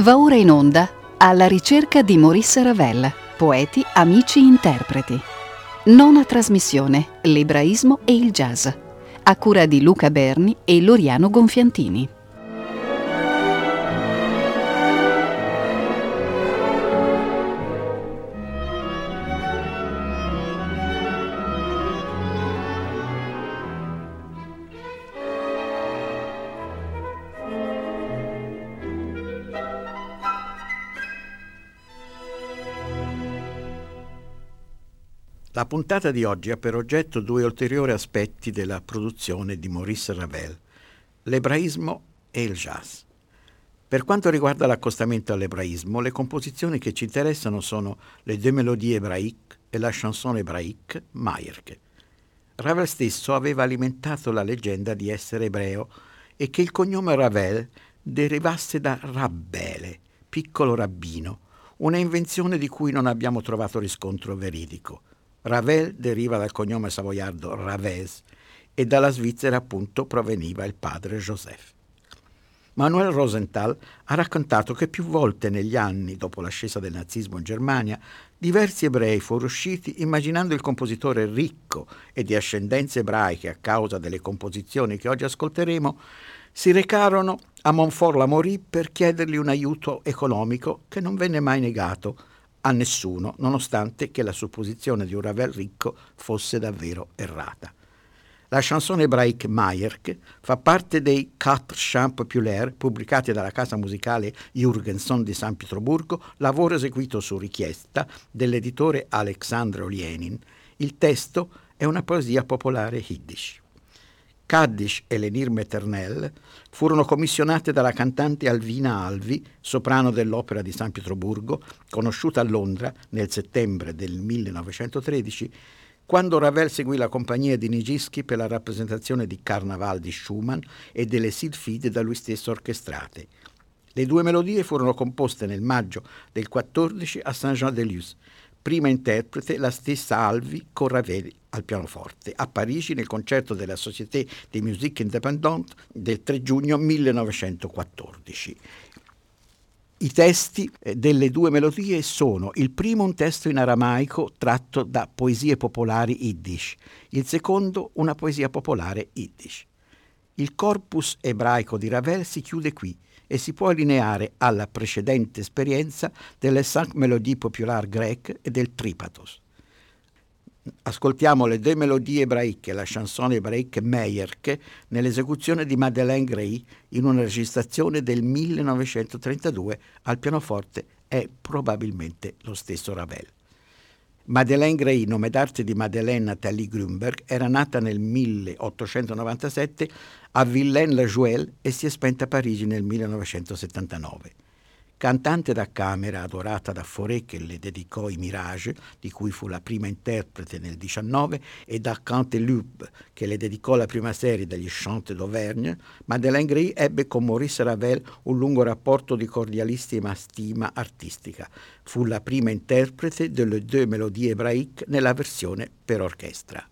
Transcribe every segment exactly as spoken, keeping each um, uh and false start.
Va ora in onda Alla ricerca di Maurice Ravel, poeti, amici, interpreti. Nona trasmissione, l'ebraismo e il jazz, a cura di Luca Berni e Loriano Gonfiantini. La puntata di oggi ha per oggetto due ulteriori aspetti della produzione di Maurice Ravel, l'ebraismo e il jazz. Per quanto riguarda l'accostamento all'ebraismo, le composizioni che ci interessano sono le Deux Mélodies hébraïques e la chanson hébraïque Mayerke. Ravel stesso aveva alimentato la leggenda di essere ebreo e che il cognome Ravel derivasse da Rabbele, piccolo rabbino, una invenzione di cui non abbiamo trovato riscontro veridico. Ravel deriva dal cognome savoiardo Ravès e dalla Svizzera appunto proveniva il padre Joseph. Manuel Rosenthal ha raccontato che più volte negli anni, dopo l'ascesa del nazismo in Germania, diversi ebrei fuoriusciti immaginando il compositore ricco e di ascendenze ebraiche a causa delle composizioni che oggi ascolteremo, si recarono a Montfort-l'Amaury per chiedergli un aiuto economico che non venne mai negato a nessuno, nonostante che la supposizione di un Ravel ricco fosse davvero errata. La chanson hébraïque Mayerke fa parte dei Quatre Chants Populaires pubblicati dalla casa musicale Jürgenson di San Pietroburgo, lavoro eseguito su richiesta dell'editore Alexandre Olienin. Il testo è una poesia popolare yiddish. Kaddish e Lenir Meternel furono commissionate dalla cantante Alvina Alvi, soprano dell'Opera di San Pietroburgo, conosciuta a Londra nel settembre del millenovecentotredici, quando Ravel seguì la compagnia di Nijinsky per la rappresentazione di Carnaval di Schumann e delle Sylphide da lui stesso orchestrate. Le due melodie furono composte nel maggio del quattordici a Saint-Jean-de-Luz. Prima interprete la stessa Alvi con Ravel al pianoforte, a Parigi nel concerto della Société de Musique Indépendante del tre giugno millenovecentoquattordici. I testi delle due melodie sono: il primo un testo in aramaico tratto da poesie popolari yiddish, il secondo una poesia popolare yiddish. Il corpus ebraico di Ravel si chiude qui e si può allineare alla precedente esperienza delle Cinq Mélodies Populaires grecche e del Tripathos. Ascoltiamo le Deux Mélodies hébraïques e la chanson hébraïque Mayerke nell'esecuzione di Madeleine Gray in una registrazione del millenovecentotrentadue. Al pianoforte è probabilmente lo stesso Ravel. Madeleine Gray, nome d'arte di Madeleine Nathalie Grünberg, era nata nel milleottocentonovantasette a Villaines-la-Joëlle e si è spenta a Parigi nel millenovecentosettantanove. Cantante da camera adorata da Fauré, che le dedicò i Mirage, di cui fu la prima interprete nel diciannove, e da Canteloube, che le dedicò la prima serie degli Chants d'Auvergne, Madeleine Gray ebbe con Maurice Ravel un lungo rapporto di cordialissima stima artistica. Fu la prima interprete delle Deux Mélodies hébraïques nella versione per orchestra.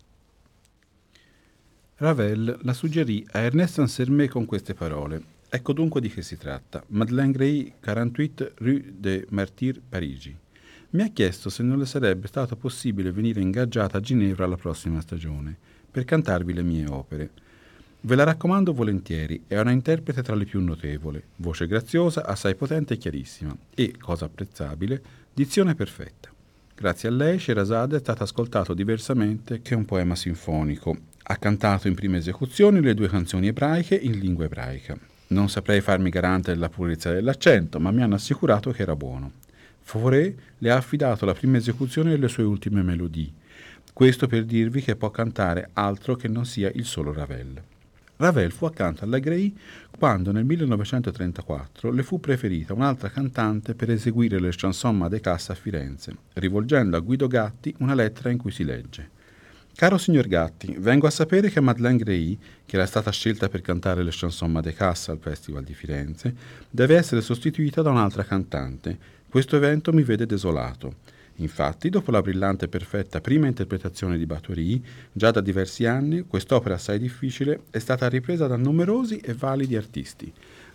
Ravel la suggerì a Ernest Ansermet con queste parole. Ecco dunque di che si tratta. Madeleine Gray, quarantotto rue des Martyrs, Parigi. Mi ha chiesto se non le sarebbe stato possibile venire ingaggiata a Ginevra alla prossima stagione per cantarvi le mie opere. Ve la raccomando volentieri, è una interprete tra le più notevoli, voce graziosa, assai potente e chiarissima e, cosa apprezzabile, dizione perfetta. Grazie a lei Sherazade è stato ascoltato diversamente che un poema sinfonico. Ha cantato in prima esecuzione le due canzoni ebraiche in lingua ebraica. Non saprei farmi garante della purezza dell'accento, ma mi hanno assicurato che era buono. Fauré le ha affidato la prima esecuzione delle sue ultime melodie. Questo per dirvi che può cantare altro che non sia il solo Ravel. Ravel fu accanto alla Gray quando nel millenovecentotrentaquattro le fu preferita un'altra cantante per eseguire le chanson Madécasse a Firenze, rivolgendo a Guido Gatti una lettera in cui si legge: Caro signor Gatti, vengo a sapere che Madeleine Gray, che era stata scelta per cantare le chanson Madécasse al Festival di Firenze, deve essere sostituita da un'altra cantante. Questo evento mi vede desolato. Infatti, dopo la brillante e perfetta prima interpretazione di Bathory, già da diversi anni, quest'opera assai difficile è stata ripresa da numerosi e validi artisti.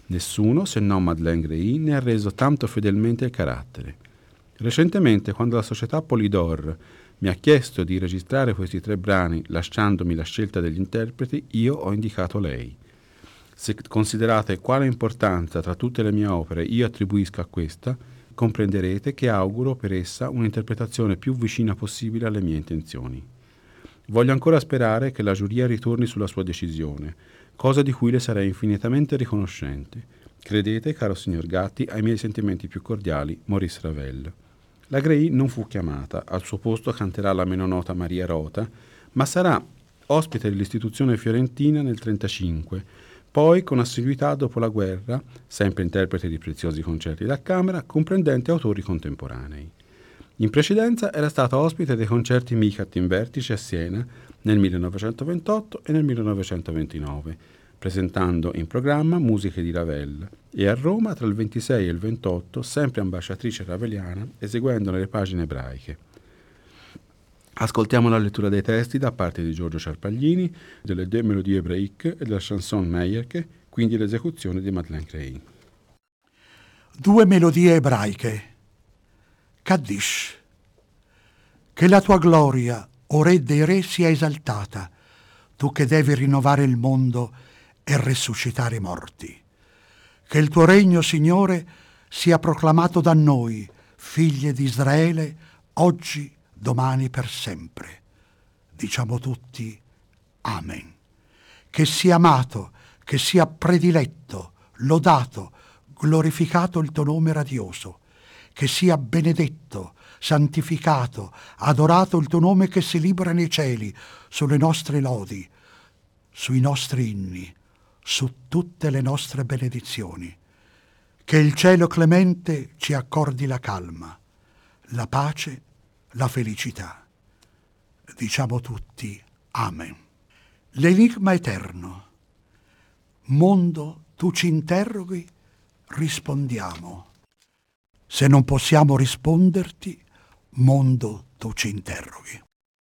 Nessuno, se non Madeleine Gray, ne ha reso tanto fedelmente il carattere. Recentemente, quando la società Polydor mi ha chiesto di registrare questi tre brani lasciandomi la scelta degli interpreti, io ho indicato lei. Se considerate quale importanza tra tutte le mie opere io attribuisco a questa, comprenderete che auguro per essa un'interpretazione più vicina possibile alle mie intenzioni. Voglio ancora sperare che la giuria ritorni sulla sua decisione, cosa di cui le sarei infinitamente riconoscente. Credete, caro signor Gatti, ai miei sentimenti più cordiali, Maurice Ravel. La Gray non fu chiamata, al suo posto canterà la meno nota Maria Rota, ma sarà ospite dell'istituzione fiorentina nel trentacinque, poi con assiduità dopo la guerra, sempre interprete di preziosi concerti da camera, comprendente autori contemporanei. In precedenza era stata ospite dei concerti Micat in Vertice a Siena nel millenovecentoventotto e nel millenovecentoventinove, presentando in programma musiche di Ravel, e a Roma tra il ventisei e il ventotto, sempre ambasciatrice raveliana, eseguendo le pagine ebraiche. Ascoltiamo la lettura dei testi da parte di Giorgio Ciarpaglini, delle Deux Mélodies Hébraïques e della chanson Meyerke, quindi l'esecuzione di Madeleine Gray. Due melodie ebraiche. Kaddish. Che la tua gloria, o Re dei Re, sia esaltata, tu che devi rinnovare il mondo e resuscitare i morti. Che il tuo regno, Signore, sia proclamato da noi, figlie di Israele, oggi, domani, per sempre. Diciamo tutti Amen. Che sia amato, che sia prediletto, lodato, glorificato il tuo nome radioso, che sia benedetto, santificato, adorato il tuo nome che si libera nei cieli, sulle nostre lodi, sui nostri inni, su tutte le nostre benedizioni. Che il cielo clemente ci accordi la calma, la pace, la felicità. Diciamo tutti Amen. L'enigma eterno. Mondo, tu ci interroghi, rispondiamo. Se non possiamo risponderti, mondo, tu ci interroghi.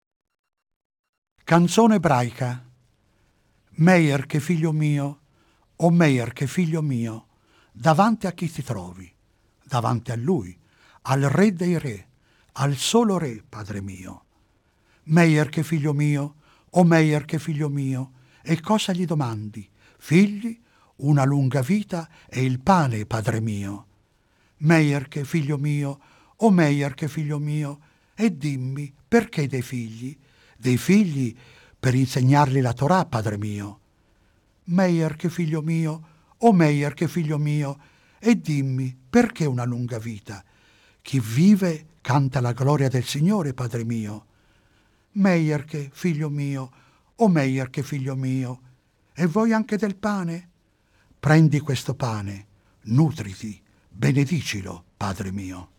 Canzone ebraica. Meir che figlio mio, o Meir che figlio mio, davanti a chi ti trovi? Davanti a lui, al Re dei Re, al solo Re, Padre mio. Meir che figlio mio, o Meir che figlio mio, e cosa gli domandi? Figli, una lunga vita e il pane, Padre mio. Meir che figlio mio, o Meir che figlio mio, e dimmi, perché dei figli? Dei figli per insegnargli la Torah, Padre mio. Meir che figlio mio, o Meir che figlio mio, e dimmi, perché una lunga vita? Chi vive canta la gloria del Signore, Padre mio. Meir che figlio mio, o Meir che figlio mio, e vuoi anche del pane? Prendi questo pane, nutriti, benedicilo, Padre mio.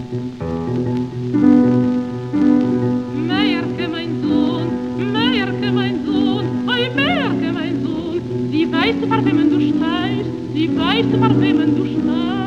Meierke, mein Sohn, Meierke, mein Sohn, oi Meierke, mein Sohn, sie weiß, vor wem du stehst, sie weiß, vor wem du stehst.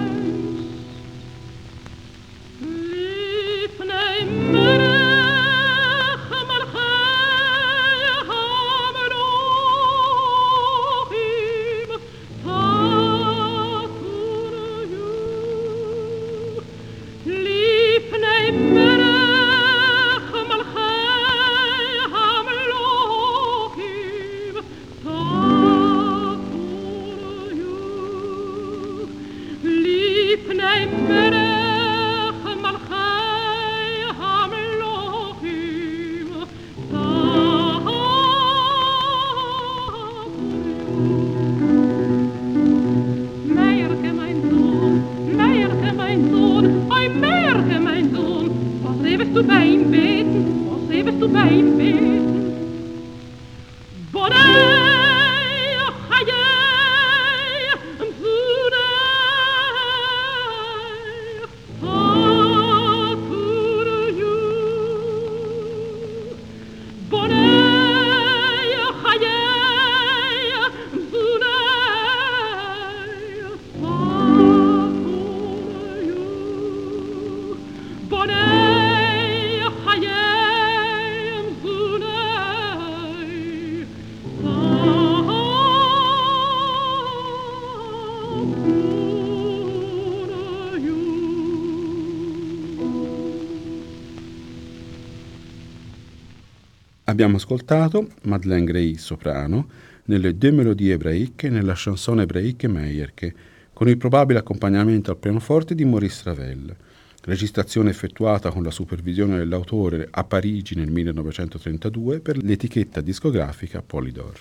Abbiamo ascoltato Madeleine Gray soprano nelle Deux Mélodies Hébraïques e nella Chanson Hébraïque Meierke, con il probabile accompagnamento al pianoforte di Maurice Ravel, registrazione effettuata con la supervisione dell'autore a Parigi nel millenovecentotrentadue per l'etichetta discografica Polydor.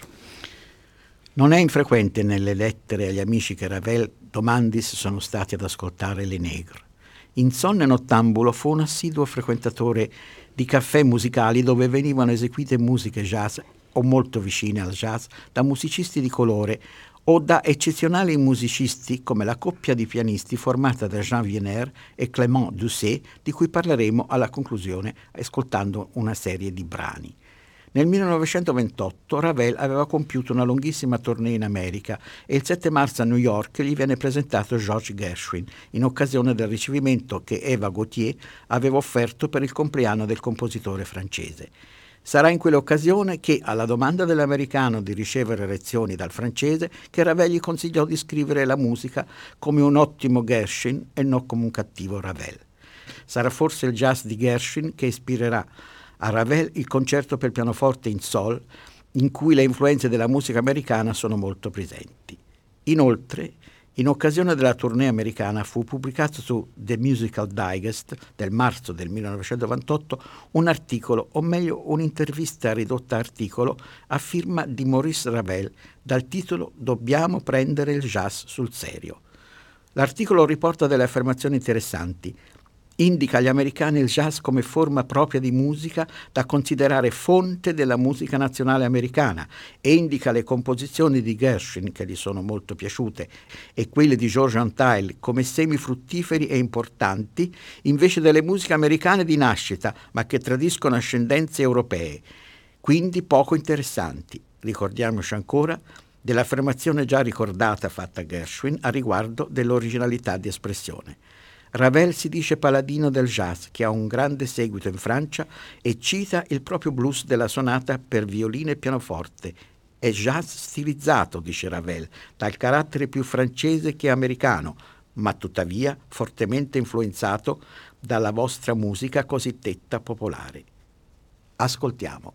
Non è infrequente nelle lettere agli amici che Ravel domandis sono stati ad ascoltare Le Nègre. Insonne nottambulo fu un assiduo frequentatore di caffè musicali dove venivano eseguite musiche jazz o molto vicine al jazz da musicisti di colore o da eccezionali musicisti come la coppia di pianisti formata da Jean Wiener e Clément Doucet, di cui parleremo alla conclusione ascoltando una serie di brani. Nel millenovecentoventotto Ravel aveva compiuto una lunghissima tournée in America e il sette marzo a New York gli viene presentato George Gershwin in occasione del ricevimento che Eva Gautier aveva offerto per il compleanno del compositore francese. Sarà in quell'occasione che, alla domanda dell'americano di ricevere lezioni dal francese, che Ravel gli consigliò di scrivere la musica come un ottimo Gershwin e non come un cattivo Ravel. Sarà forse il jazz di Gershwin che ispirerà a Ravel il concerto per pianoforte in sol, in cui le influenze della musica americana sono molto presenti. Inoltre, in occasione della tournée americana fu pubblicato su The Musical Digest del marzo del millenovecentoventotto un articolo, o meglio un'intervista ridotta articolo, a firma di Maurice Ravel dal titolo «Dobbiamo prendere il jazz sul serio». L'articolo riporta delle affermazioni interessanti. Indica agli americani il jazz come forma propria di musica da considerare fonte della musica nazionale americana e indica le composizioni di Gershwin, che gli sono molto piaciute, e quelle di George Antheil come semi fruttiferi e importanti, invece delle musiche americane di nascita, ma che tradiscono ascendenze europee, quindi poco interessanti. Ricordiamoci ancora dell'affermazione già ricordata fatta a Gershwin a riguardo dell'originalità di espressione. Ravel si dice paladino del jazz, che ha un grande seguito in Francia, e cita il proprio blues della sonata per violino e pianoforte. È jazz stilizzato, dice Ravel, dal carattere più francese che americano, ma tuttavia fortemente influenzato dalla vostra musica cosiddetta popolare. Ascoltiamo.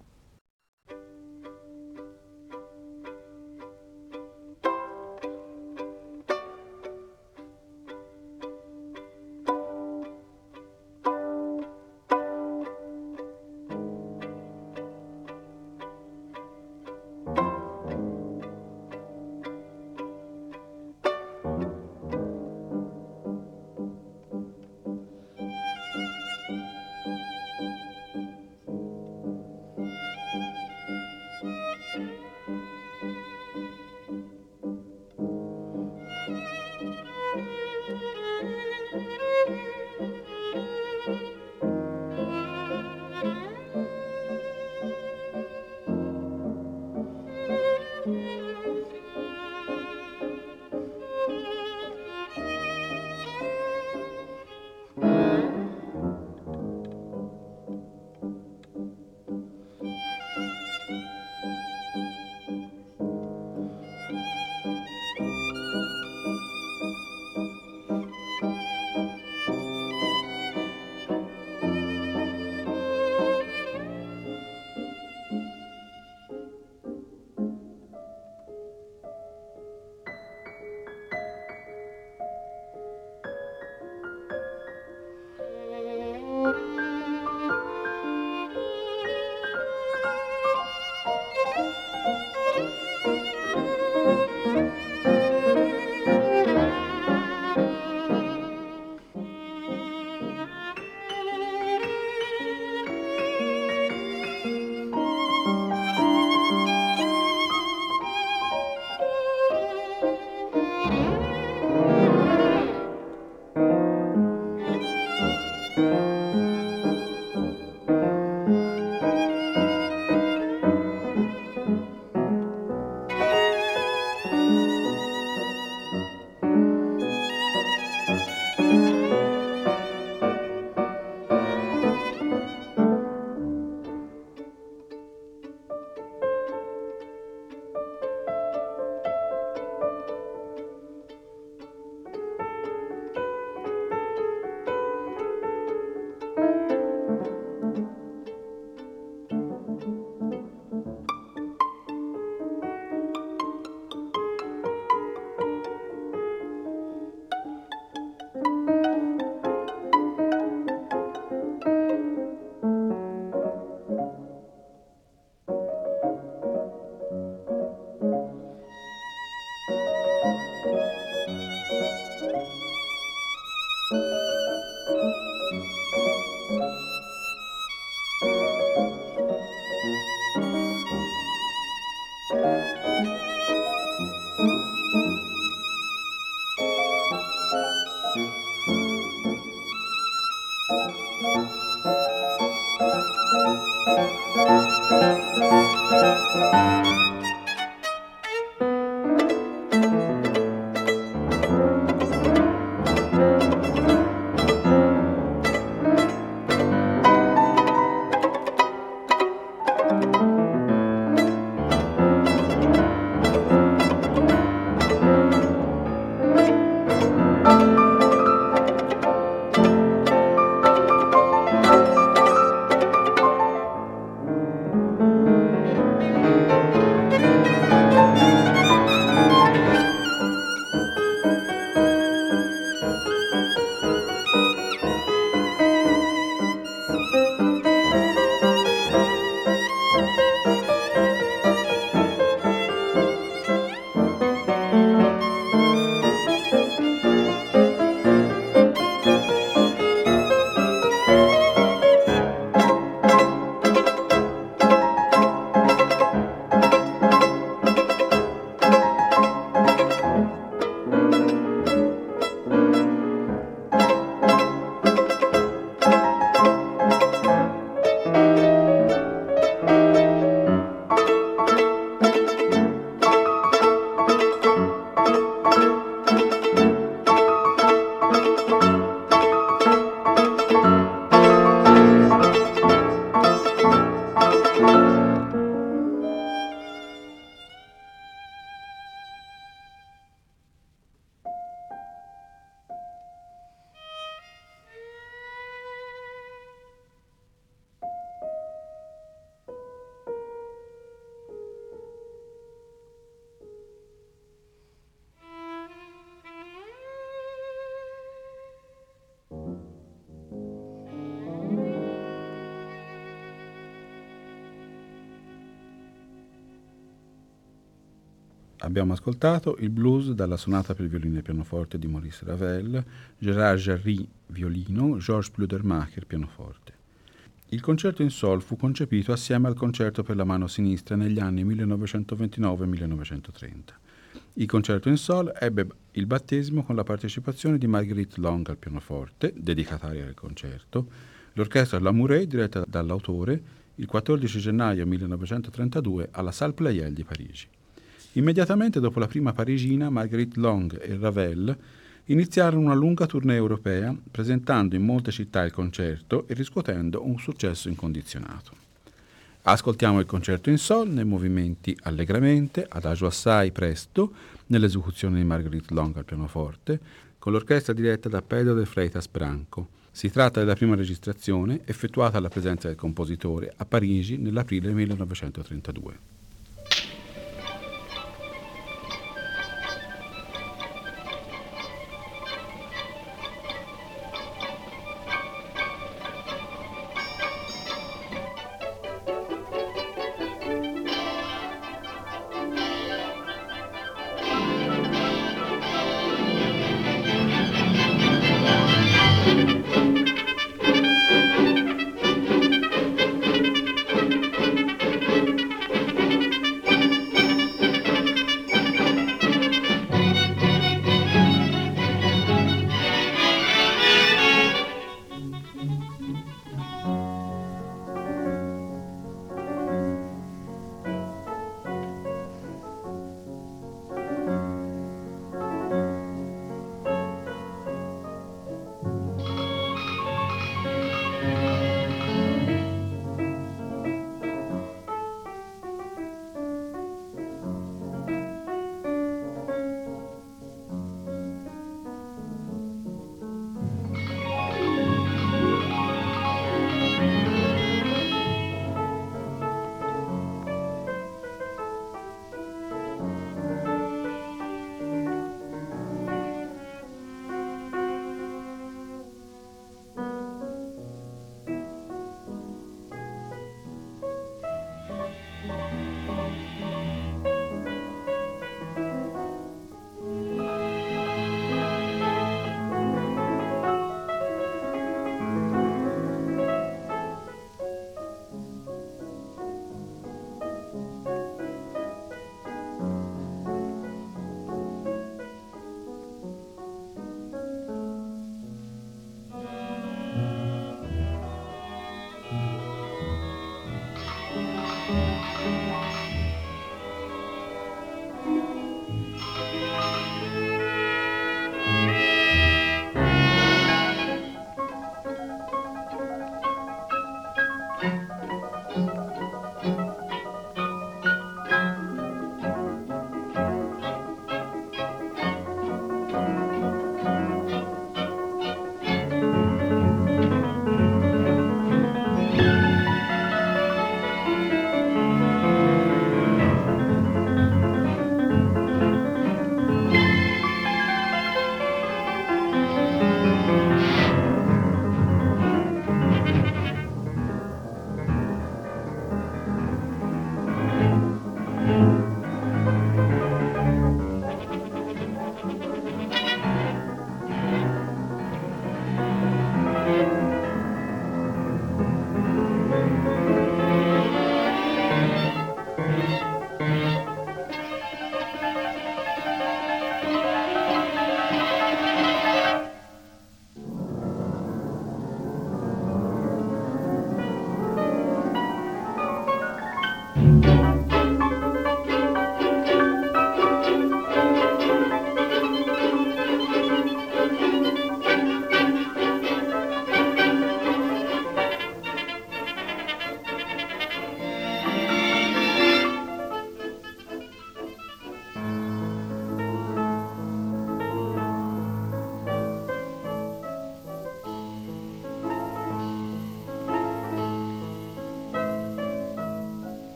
Abbiamo ascoltato il blues dalla sonata per violino e pianoforte di Maurice Ravel, Gérard Jarry violino, Georges Pludermacher pianoforte. Il concerto in sol fu concepito assieme al concerto per la mano sinistra negli anni millenovecentoventinove millenovecentotrenta. Il concerto in sol ebbe il battesimo con la partecipazione di Marguerite Long al pianoforte, dedicataria del concerto, l'orchestra Lamoureux diretta dall'autore il quattordici gennaio millenovecentotrentadue alla Salle Pleyel di Parigi. Immediatamente dopo la prima parigina, Marguerite Long e Ravel iniziarono una lunga tournée europea, presentando in molte città il concerto e riscuotendo un successo incondizionato. Ascoltiamo il concerto in sol nei movimenti allegramente, adagio assai presto, nell'esecuzione di Marguerite Long al pianoforte, con l'orchestra diretta da Pedro de Freitas Branco. Si tratta della prima registrazione effettuata alla presenza del compositore a Parigi nell'aprile millenovecentotrentadue.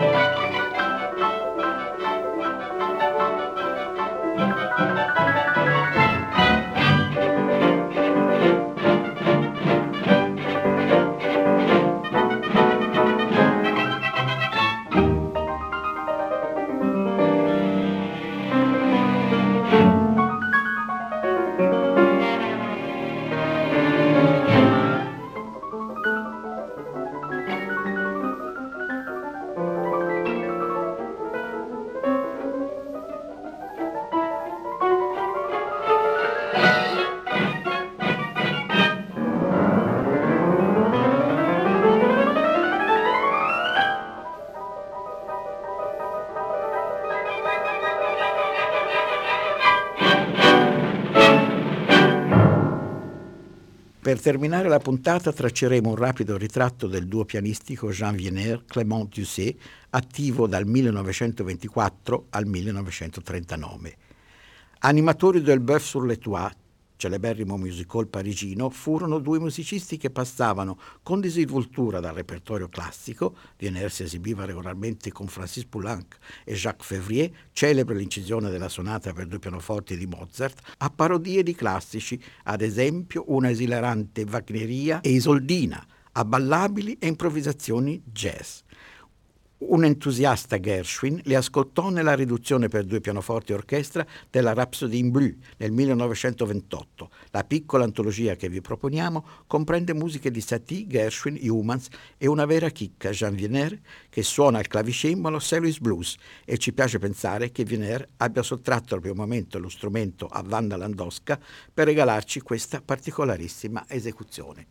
Per terminare la puntata tracceremo un rapido ritratto del duo pianistico Jean Wiener-Clément Dusset, attivo dal millenovecentoventiquattro al millenovecentotrentanove. Animatori del Bœuf sur les Toits, celeberrimo musical parigino, furono due musicisti che passavano con disinvoltura dal repertorio classico. Wiener si esibiva regolarmente con Francis Poulenc e Jacques Février, celebre l'incisione della sonata per due pianoforti di Mozart, a parodie di classici, ad esempio una esilarante Wagneria e Isoldina, a ballabili e improvvisazioni jazz. Un entusiasta Gershwin li ascoltò nella riduzione per due pianoforti e orchestra della Rhapsodie in Bleu nel millenovecentoventotto. La piccola antologia che vi proponiamo comprende musiche di Satie, Gershwin, Humans e una vera chicca, Jean Wiener, che suona il clavicembalo Saint Louis Blues, e ci piace pensare che Wiener abbia sottratto al primo momento lo strumento a Wanda Landowska per regalarci questa particolarissima esecuzione.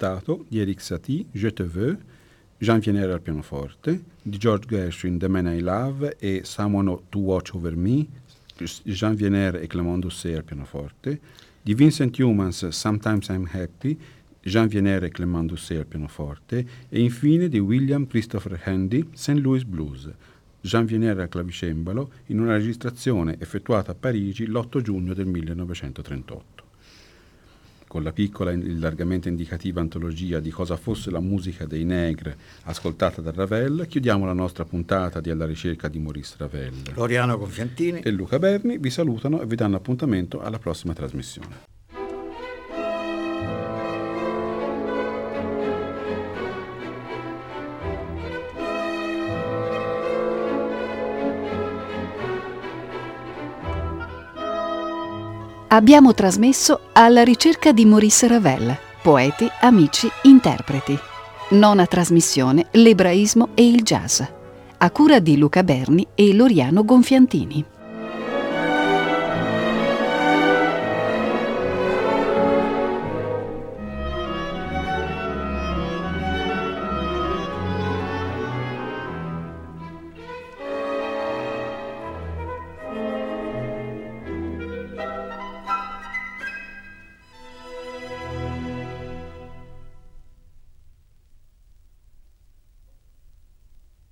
ascoltato di Erik Satie, Je te veux, Jean Vienner al pianoforte, di George Gershwin, The Man I Love e Someone to Watch Over Me, Jean Vienner e Clément Doucet al pianoforte, di Vincent Youmans, Sometimes I'm Happy, Jean Vienner e Clément Doucet al pianoforte, e infine di William Christopher Handy, Saint Louis Blues, Jean Vienner al clavicembalo, in una registrazione effettuata a Parigi l'otto giugno del millenovecentotrentotto. Con la piccola e largamente indicativa antologia di cosa fosse la musica dei Nègres ascoltata da Ravel, chiudiamo la nostra puntata di Alla ricerca di Maurice Ravel. Loriano Gonfiantini e Luca Berni vi salutano e vi danno appuntamento alla prossima trasmissione. Abbiamo trasmesso Alla ricerca di Maurice Ravel, poeti, amici, interpreti. Nona trasmissione, l'ebraismo e il jazz, a cura di Luca Berni e Loriano Gonfiantini.